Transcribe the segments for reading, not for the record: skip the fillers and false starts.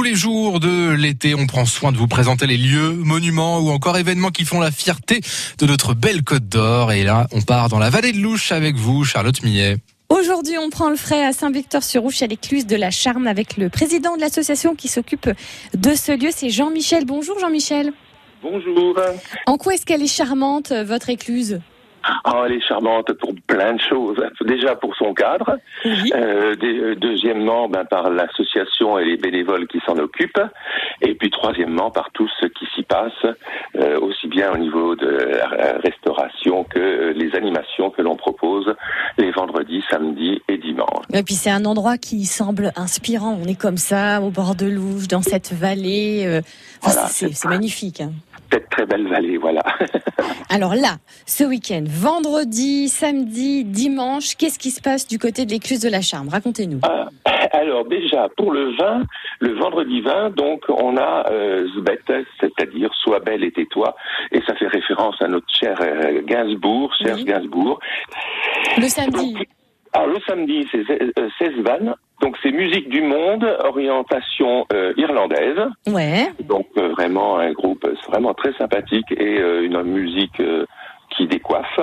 les jours de l'été, on prend soin de vous présenter les lieux, monuments ou encore événements qui font la fierté de notre belle Côte d'Or. Et là, on part dans la vallée de l'Ouche avec vous, Charlotte Millet. Aujourd'hui, on prend le frais à Saint-Victor-sur-Ouche, à l'écluse de la Charme, avec le président de l'association qui s'occupe de ce lieu, c'est Jean-Michel. Bonjour Jean-Michel. Bonjour. En quoi est-ce qu'elle est charmante, votre écluse ? Elle est charmante pour plein de choses. Déjà pour son cadre. Oui. Deuxièmement, par l'association et les bénévoles qui s'en occupent. Et puis troisièmement, par tout ce qui s'y passe, aussi bien au niveau de la restauration que les animations que l'on propose les vendredis, samedis et dimanches. Et puis c'est un endroit qui semble inspirant. On est comme ça, au bord de l'Ouche, dans cette vallée. Voilà, c'est magnifique. Cette très belle vallée, voilà. Alors là, ce week-end, vendredi, samedi, dimanche, qu'est-ce qui se passe du côté de l'écluse de la Charme ? Racontez-nous. Alors déjà, pour le vin, le vendredi 20, donc on a Zbet, c'est-à-dire Sois belle et tais-toi, et ça fait référence à notre cher Gainsbourg, Serge Gainsbourg. Le samedi. Donc, le samedi, c'est Sesvan. Donc c'est musique du monde, orientation irlandaise. Ouais. Donc vraiment un groupe vraiment très sympathique et une musique qui décoiffe.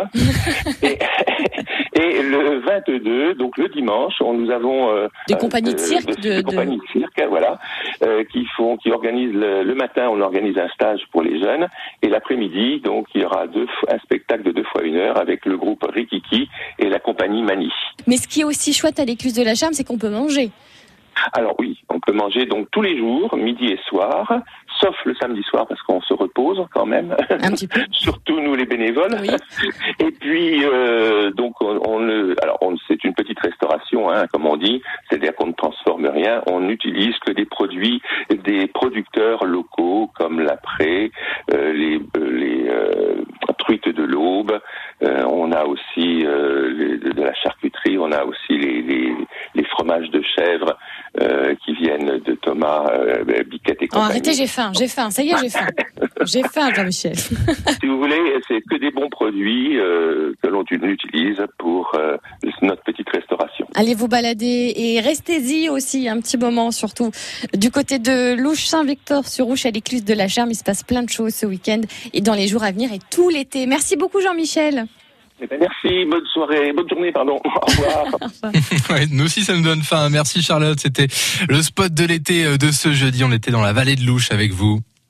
et le 22, donc le dimanche, nous avons des compagnies de cirque, des compagnies de cirque, voilà, qui organisent le matin, on organise un stage pour les jeunes, et l'après-midi, donc il y aura un spectacle de 2 fois 1 heure avec le groupe Rikiki et la compagnie Mani. Mais ce qui est aussi chouette à l'écluse de la Charme, c'est qu'on peut manger. Alors oui, on peut manger donc tous les jours, midi et soir, sauf le samedi soir parce qu'on se repose quand même. Un petit peu. Surtout nous les bénévoles. Oui. Et puis donc c'est une petite restauration, comme on dit, c'est-à-dire qu'on ne transforme rien, on n'utilise que des produits des producteurs locaux comme la Prée, les truites de l'Aube, on a aussi de la charcuterie, on a aussi les fromages de chèvre qui viennent de Thomas Biquette et compagnie. Arrêtez, j'ai faim, ça y est, j'ai faim. J'ai faim, Jean-Michel. Si vous voulez, c'est que des bons produits que l'on utilise pour notre petite restauration. Allez vous balader et restez-y aussi un petit moment, surtout du côté de l'Ouche, Saint-Victor-sur-Ouche, à l'écluse de la Charme. Il se passe plein de choses ce week-end et dans les jours à venir et tout l'été. Merci beaucoup Jean-Michel. Merci, bonne journée, pardon. Au revoir. Ouais, nous aussi, ça nous donne faim. Merci Charlotte, c'était le spot de l'été de ce jeudi. On était dans la vallée de l'Ouche avec vous.